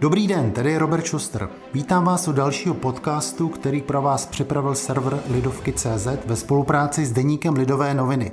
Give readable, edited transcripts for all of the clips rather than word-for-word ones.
Dobrý den, tady je Robert Schuster. Vítám vás u dalšího podcastu, který pro vás připravil server Lidovky.cz ve spolupráci s deníkem Lidové noviny.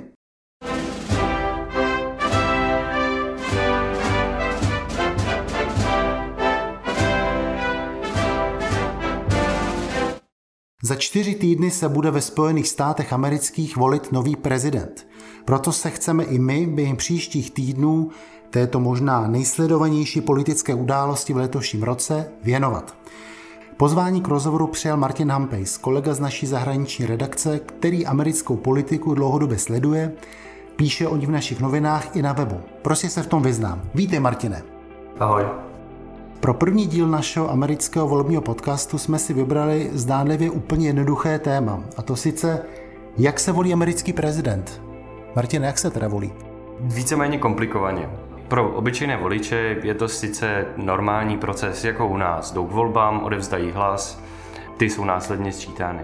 Za 4 týdny se bude ve Spojených státech amerických volit nový prezident. Proto se chceme i my během příštích týdnů této možná nejsledovanější politické události v letošním roce věnovat. Pozvání k rozhovoru přijal Martin Hampejs, kolega z naší zahraniční redakce, který americkou politiku dlouhodobě sleduje, píše o ní v našich novinách i na webu. Prostě se v tom vyznám. Vítej, Martine. Ahoj. Pro první díl našeho amerického volebního podcastu jsme si vybrali zdánlivě úplně jednoduché téma, a to sice, jak se volí americký prezident. Martin, jak se teda volí? Víceméně komplikovaně. Pro obyčejné voliče je to sice normální proces jako u nás. Jdou k volbám, odevzdají hlas, ty jsou následně sčítány.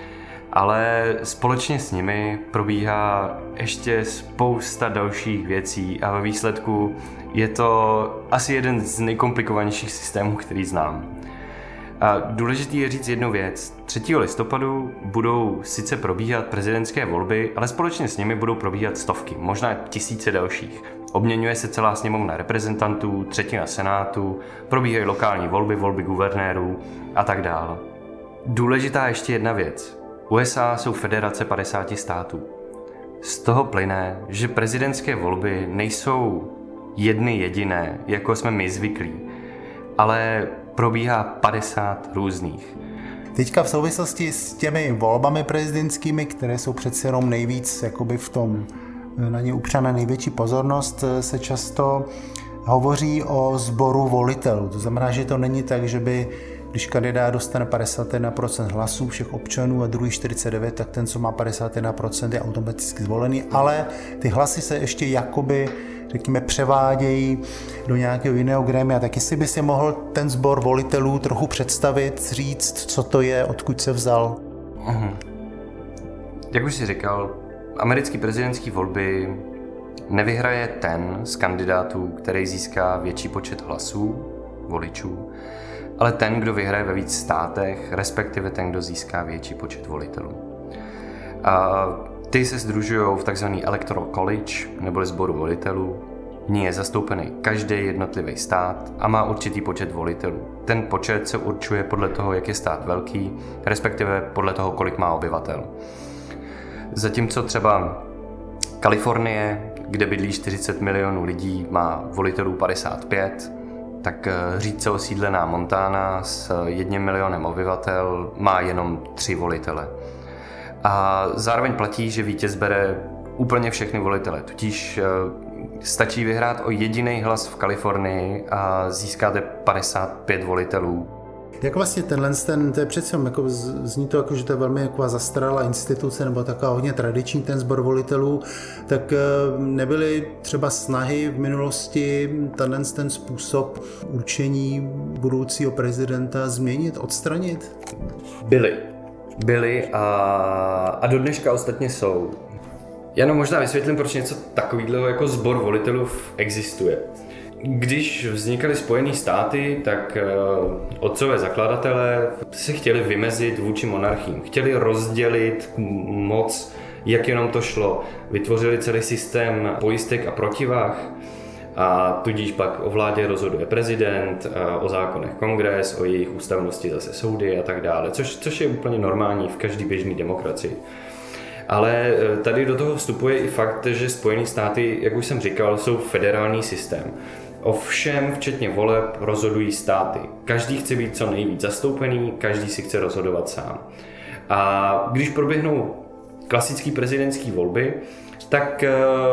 Ale společně s nimi probíhá ještě spousta dalších věcí a ve výsledku je to asi jeden z nejkomplikovanějších systémů, který znám. A důležitý je říct jednu věc. 3. listopadu budou sice probíhat prezidentské volby, ale společně s nimi budou probíhat stovky, možná tisíce dalších. Obměňuje se celá sněmovna reprezentantů, 1/3 senátu, probíhají lokální volby, volby guvernérů a tak dále. Důležitá ještě jedna věc. USA jsou federace 50 států. Z toho plyne, že prezidentské volby nejsou jedny jediné, jako jsme my zvyklí, ale probíhá 50 různých. Teďka v souvislosti s těmi volbami prezidentskými, které jsou přece jenom nejvíc jakoby v tom na ně upřena největší pozornost, se často hovoří o sboru volitelů. To znamená, že to není tak, že by, když kandidát dostane 51% hlasů všech občanů a druhý 49%, tak ten, co má 51%, je automaticky zvolený, ale ty hlasy se ještě jakoby, řekněme, převádějí do nějakého jiného grémia. Tak jestli by si mohl ten sbor volitelů trochu představit, říct, co to je, odkud se vzal? Jak už jsi říkal, americké prezidentské volby nevyhraje ten z kandidátů, který získá větší počet hlasů, voličů, ale ten, kdo vyhraje ve víc státech, respektive ten, kdo získá větší počet volitelů. A ty se sdružují v tzv. Electoral College, neboli sboru volitelů. V ní je zastoupený každý jednotlivý stát a má určitý počet volitelů. Ten počet se určuje podle toho, jak je stát velký, respektive podle toho, kolik má obyvatel. Zatímco třeba Kalifornie, kde bydlí 40 milionů lidí, má volitelů 55, tak řídce osídlená Montana s 1 milionem obyvatel má jenom 3 volitele. A zároveň platí, že vítěz bere úplně všechny volitele, totiž stačí vyhrát o jediný hlas v Kalifornii a získáte 55 volitelů. Jak vlastně to je přece jako zní to jako, že to je velmi jako zastaralá instituce nebo taková hodně tradiční ten sbor volitelů, tak nebyly třeba snahy v minulosti ten způsob určení budoucího prezidenta změnit, odstranit? Byly a do dneška ostatně jsou. Já možná vysvětlím, proč něco takového jako sbor volitelů existuje. Když vznikaly Spojené státy, tak otcové zakladatelé se chtěli vymezit vůči monarchím. Chtěli rozdělit moc, jak jenom to šlo. Vytvořili celý systém pojistek a protivah a tudíž pak o vládě rozhoduje prezident, o zákonech kongres, o jejich ústavnosti zase soudy a tak dále, což je úplně normální v každé běžné demokracii. Ale tady do toho vstupuje i fakt, že Spojené státy, jak už jsem říkal, jsou federální systém. O všem, včetně voleb, rozhodují státy. Každý chce být co nejvíc zastoupený, každý si chce rozhodovat sám. A když proběhnou klasické prezidentské volby, tak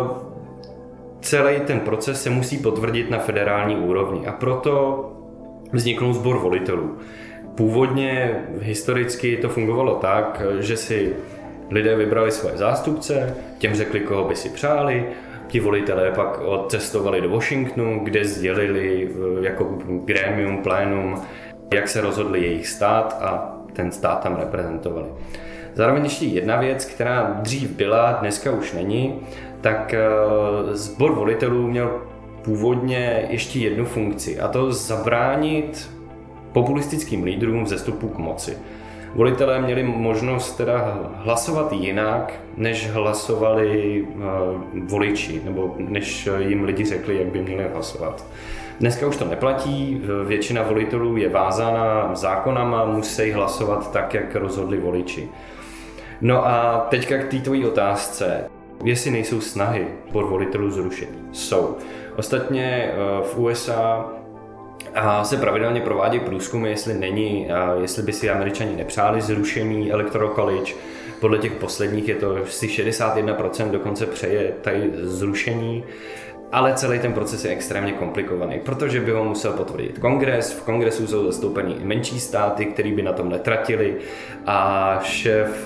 celý ten proces se musí potvrdit na federální úrovni. A proto vzniknul sbor volitelů. Původně, historicky to fungovalo tak, že si lidé vybrali svoje zástupce, těm řekli, koho by si přáli. Ti volitelé pak odcestovali do Washingtonu, kde sdělili jako grémium, plénum, jak se rozhodli jejich stát a ten stát tam reprezentovali. Zároveň ještě jedna věc, která dřív byla, dneska už není, tak sbor volitelů měl původně ještě jednu funkci, a to zabránit populistickým lídrům vzestupu k moci. Volitelé měli možnost teda hlasovat jinak, než hlasovali voliči, nebo než jim lidi řekli, jak by měli hlasovat. Dneska už to neplatí, většina volitelů je vázána zákonama, musí hlasovat tak, jak rozhodli voliči. No a teďka k té tvojí otázce, jestli nejsou snahy sbor volitelů zrušit. Jsou. Ostatně v USA se pravidelně provádí průzkumy, jestli by si Američani nepřáli zrušení Electoral College. Podle těch posledních je to asi 61% dokonce přeje tady zrušení. Ale celý ten proces je extrémně komplikovaný, protože by ho musel potvrdit kongres. V kongresu jsou zastoupeny i menší státy, který by na tom netratili, a šéf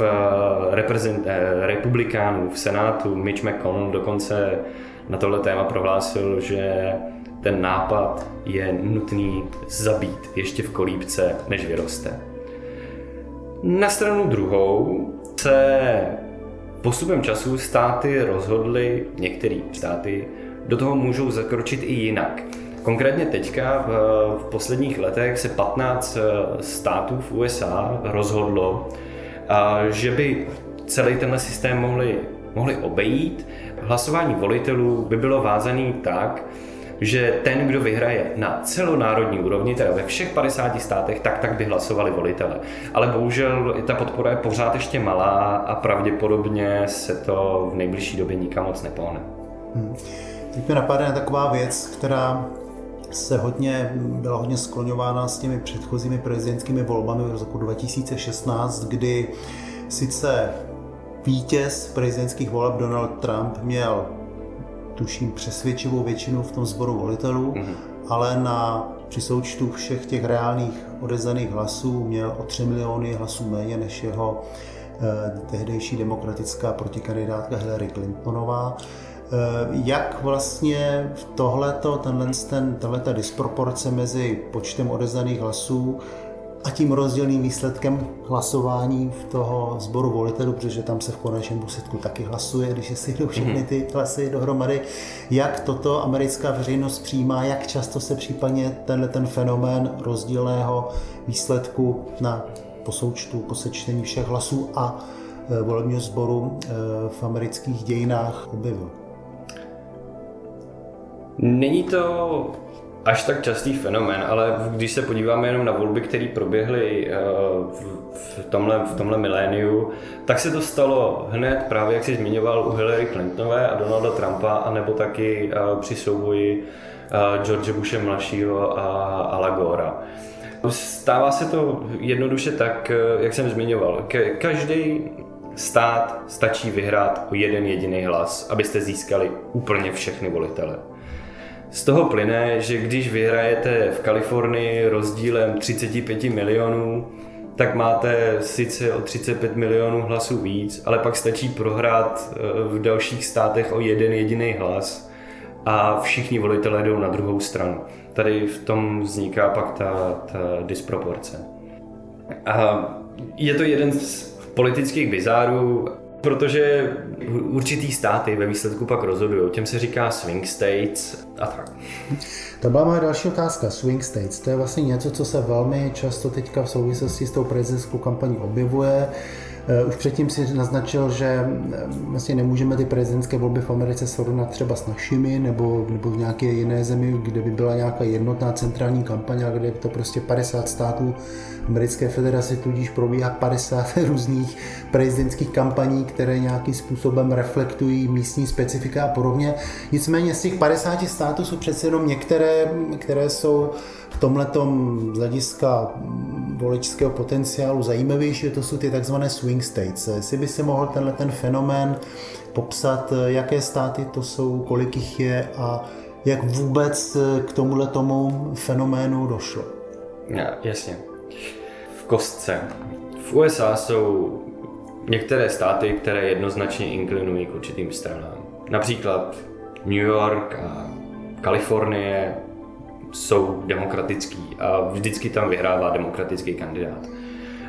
republikánů v Senátu Mitch McConnell dokonce na tohle téma prohlásil, že ten nápad je nutný zabít ještě v kolíbce, než vyroste. Na stranu druhou se postupem času státy rozhodly, některé státy, do toho můžou zakročit i jinak. Konkrétně teďka v posledních letech se 15 států v USA rozhodlo, že by celý tenhle systém mohli obejít. Hlasování volitelů by bylo vázané tak, že ten, kdo vyhraje na celonárodní úrovni, teda ve všech 50 státech, tak by hlasovali volitele. Ale bohužel ta podpora je pořád ještě malá a pravděpodobně se to v nejbližší době nikam moc nepohne. Teď mi napadne taková věc, která byla hodně skloňována s těmi předchozími prezidentskými volbami v roku 2016, kdy sice vítěz prezidentských voleb Donald Trump měl, tuším, přesvědčivou většinu v tom sboru volitelů, ale při součtu všech těch reálných odevzdaných hlasů měl o 3 miliony hlasů méně než jeho tehdejší demokratická protikandidátka Hillary Clintonová. Jak vlastně tahleta disproporce mezi počtem odevzdaných hlasů a tím rozdílným výsledkem hlasování v toho sboru volitelů, protože tam se v konečném důsledku taky hlasuje, když se jdou všechny ty hlasy dohromady, jak toto americká veřejnost přijímá, jak často se případně ten fenomén rozdílného výsledku po sečtení všech hlasů a volebního sboru v amerických dějinách objevil? Není to až tak častý fenomén, ale když se podíváme jenom na volby, které proběhly v tomhle miléniu, tak se to stalo hned právě, jak jsi zmiňoval, u Hillary Clintonové a Donalda Trumpa, anebo taky při souboji George Bushe mladšího a Ala Gora. Stává se to jednoduše tak, jak jsem zmiňoval. Každý stát stačí vyhrát o jeden jediný hlas, abyste získali úplně všechny volitele. Z toho plyne, že když vyhrajete v Kalifornii rozdílem 35 milionů, tak máte sice o 35 milionů hlasů víc, ale pak stačí prohrát v dalších státech o jeden jediný hlas a všichni volitelé jdou na druhou stranu. Tady v tom vzniká pak ta disproporce. A je to jeden z politických bizárů, protože určitý státy ve výsledku pak rozhodují. Těm se říká swing states a tak. To byla moje další otázka, swing states. To je vlastně něco, co se velmi často teďka v souvislosti s tou prezidentskou kampaní objevuje. Už předtím si naznačil, že vlastně nemůžeme ty prezidentské volby v Americe srovnat třeba s našimi nebo v nějaké jiné zemi, kde by byla nějaká jednotná centrální kampaň, ale kde je to prostě 50 států americké federace, tudíž probíhá 50 různých prezidentských kampaní, které nějakým způsobem reflektují místní specifika a podobně. Nicméně z těch 50 států jsou přece jenom některé, které jsou v tomhletom z hlediska voličského potenciálu zajímavější, to jsou ty takzvané swing states. Jestli by se mohl ten fenomén popsat, jaké státy to jsou, kolik jich je a jak vůbec k tomuhletomu fenoménu došlo? Jasně. V kostce. V USA jsou některé státy, které jednoznačně inklinují k určitým stranám. Například New York a Kalifornie jsou demokratický a vždycky tam vyhrává demokratický kandidát.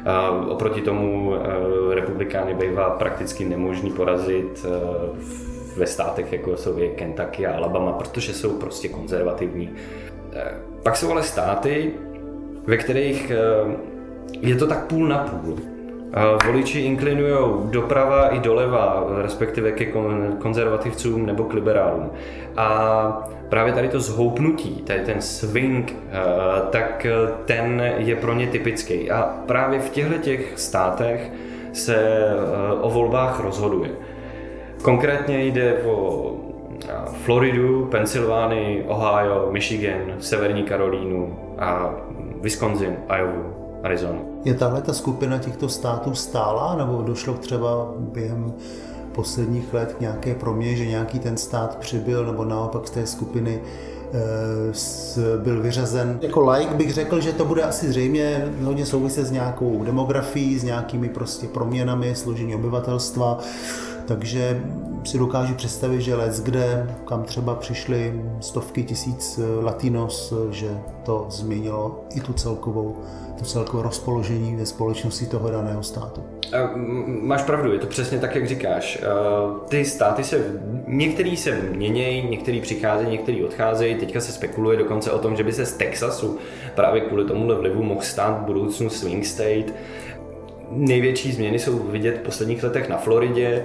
Oproti tomu republikány bývá prakticky nemožný porazit ve státech, jako jsou je Kentucky a Alabama, protože jsou prostě konzervativní. Pak jsou ale státy, ve kterých je to tak půl na půl. Voliči inklinují doprava i doleva, respektive ke konzervativcům nebo k liberálům. A právě tady to zhoupnutí, tady ten swing, tak ten je pro ně typický. A právě v těchto státech se o volbách rozhoduje. Konkrétně jde o Floridu, Pensylvánii, Ohio, Michigan, Severní Karolínu a Wisconsin, Iowa, Arizonu. Je tahle ta skupina těchto států stála, nebo došlo třeba během posledních let k nějaké proměně, že nějaký ten stát přibyl, nebo naopak z té skupiny byl vyřazen? Jako laik bych řekl, že to bude asi zřejmě hodně souviset s nějakou demografií, s nějakými prostě proměnami složení obyvatelstva. Takže si dokážu představit, že leckde, kam třeba přišly stovky tisíc latinos, že to změnilo i to celkové rozpoložení ve společnosti toho daného státu. Máš pravdu, je to přesně tak, jak říkáš. Ty státy některý se měnějí, některý přicházejí, některý odcházejí. Teďka se spekuluje dokonce o tom, že by se z Texasu právě kvůli tomuhle vlivu mohl stát v budoucnu swing state. Největší změny jsou vidět v posledních letech na Floridě,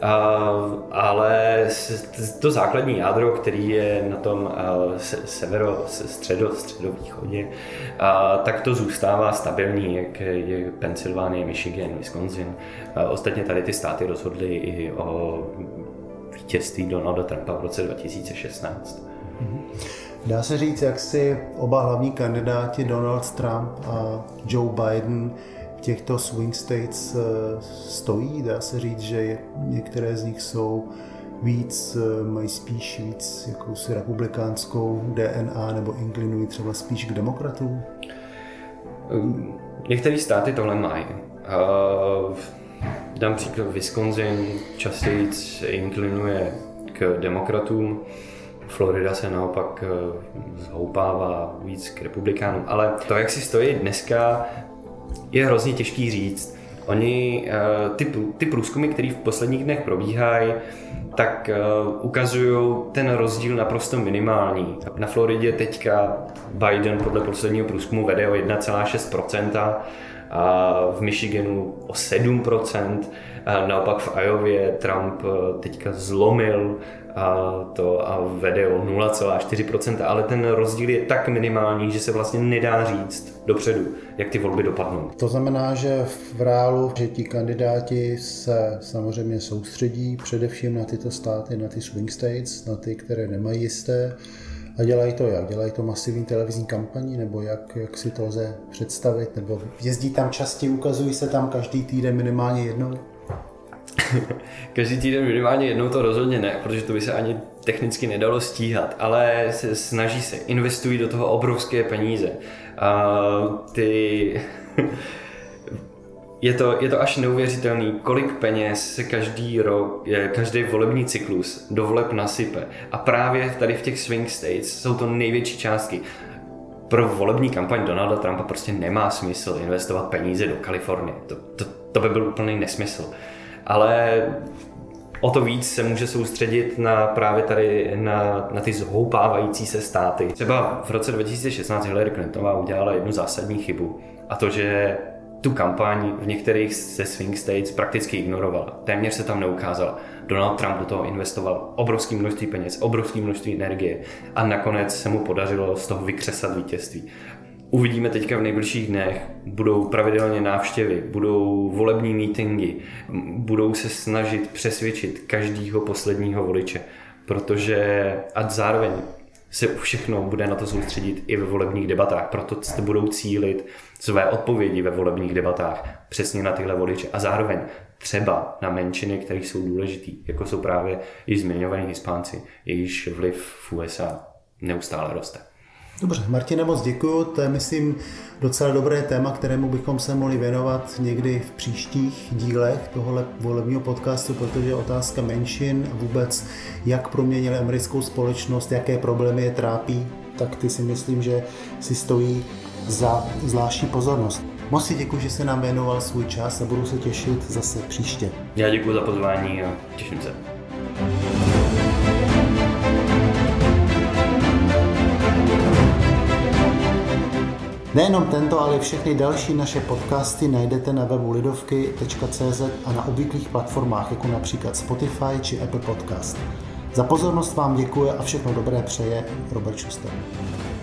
ale to základní jádro, který je na tom středovýchodě, tak to zůstává stabilní, jak je Pensylvánie, Michigan, Wisconsin. Ostatně tady ty státy rozhodly i o vítězství Donalda Trumpa v roce 2016. Dá se říct, jak si oba hlavní kandidáti Donald Trump a Joe Biden v těchto swing states stojí? Dá se říct, že některé z nich jsou mají spíš víc jakousi republikánskou DNA nebo inklinují třeba spíš k demokratům? Některé státy tohle mají. Dám příklad, Wisconsin častěji inklinuje k demokratům, Florida se naopak zhoupává víc k republikánům, ale to, jak si stojí dneska, je hrozně těžký říct. Oni, ty průzkumy, které v posledních dnech probíhají, tak ukazují ten rozdíl naprosto minimální. Na Floridě teďka Biden podle posledního průzkumu vede o 1,6%, a v Michiganu o 7%, a naopak v Iově Trump teďka zlomil to a vede o 0,4%, ale ten rozdíl je tak minimální, že se vlastně nedá říct dopředu, jak ty volby dopadnou. To znamená, že v reálu, že ti kandidáti se samozřejmě soustředí především na tyto státy, na ty swing states, na ty, které nemají jisté. A dělají to jak? Dělají to masivní televizní kampaní, nebo jak si to lze představit? Nebo jezdí tam častěji, ukazují se tam každý týden minimálně jednou? Každý týden minimálně jednou to rozhodně ne, protože to by se ani technicky nedalo stíhat, ale snaží se, investují do toho obrovské peníze. Je to až neuvěřitelný, kolik peněz se každý volební cyklus do voleb nasype. A právě tady v těch swing states jsou to největší částky. Pro volební kampaň Donalda Trumpa prostě nemá smysl investovat peníze do Kalifornie. To by byl úplný nesmysl. Ale o to víc se může soustředit právě tady na ty zhoupávající se státy. Třeba v roce 2016 Hillary Clintonová udělala jednu zásadní chybu, a to, že tu kampaň v některých ze swing states prakticky ignorovala. Téměř se tam neukázala. Donald Trump do toho investoval obrovské množství peněz, obrovské množství energie a nakonec se mu podařilo z toho vykřesat vítězství. Uvidíme teďka v nejbližších dnech, budou pravidelně návštěvy, budou volební mítingy, budou se snažit přesvědčit každého posledního voliče, protože a zároveň se všechno bude na to soustředit i ve volebních debatách, proto budou cílit své odpovědi ve volebních debatách přesně na tyhle voliče a zároveň třeba na menšiny, které jsou důležitý, jako jsou právě i zmiňovaní Hispánci, jejichž vliv v USA neustále roste. Dobře, Martine, moc děkuju. To je, myslím, docela dobré téma, kterému bychom se mohli věnovat někdy v příštích dílech tohohle volebního podcastu, protože otázka menšin a vůbec, jak proměnily americkou společnost, jaké problémy je trápí, tak ty si myslím, že si stojí za zvláštní pozornost. Moc si děkuji, že se nám věnoval svůj čas a budu se těšit zase příště. Já děkuji za pozvání a těším se. Nejenom tento, ale i všechny další naše podcasty najdete na webu lidovky.cz a na obvyklých platformách, jako například Spotify či Apple Podcast. Za pozornost vám děkuje a všechno dobré přeje Robert Schuster.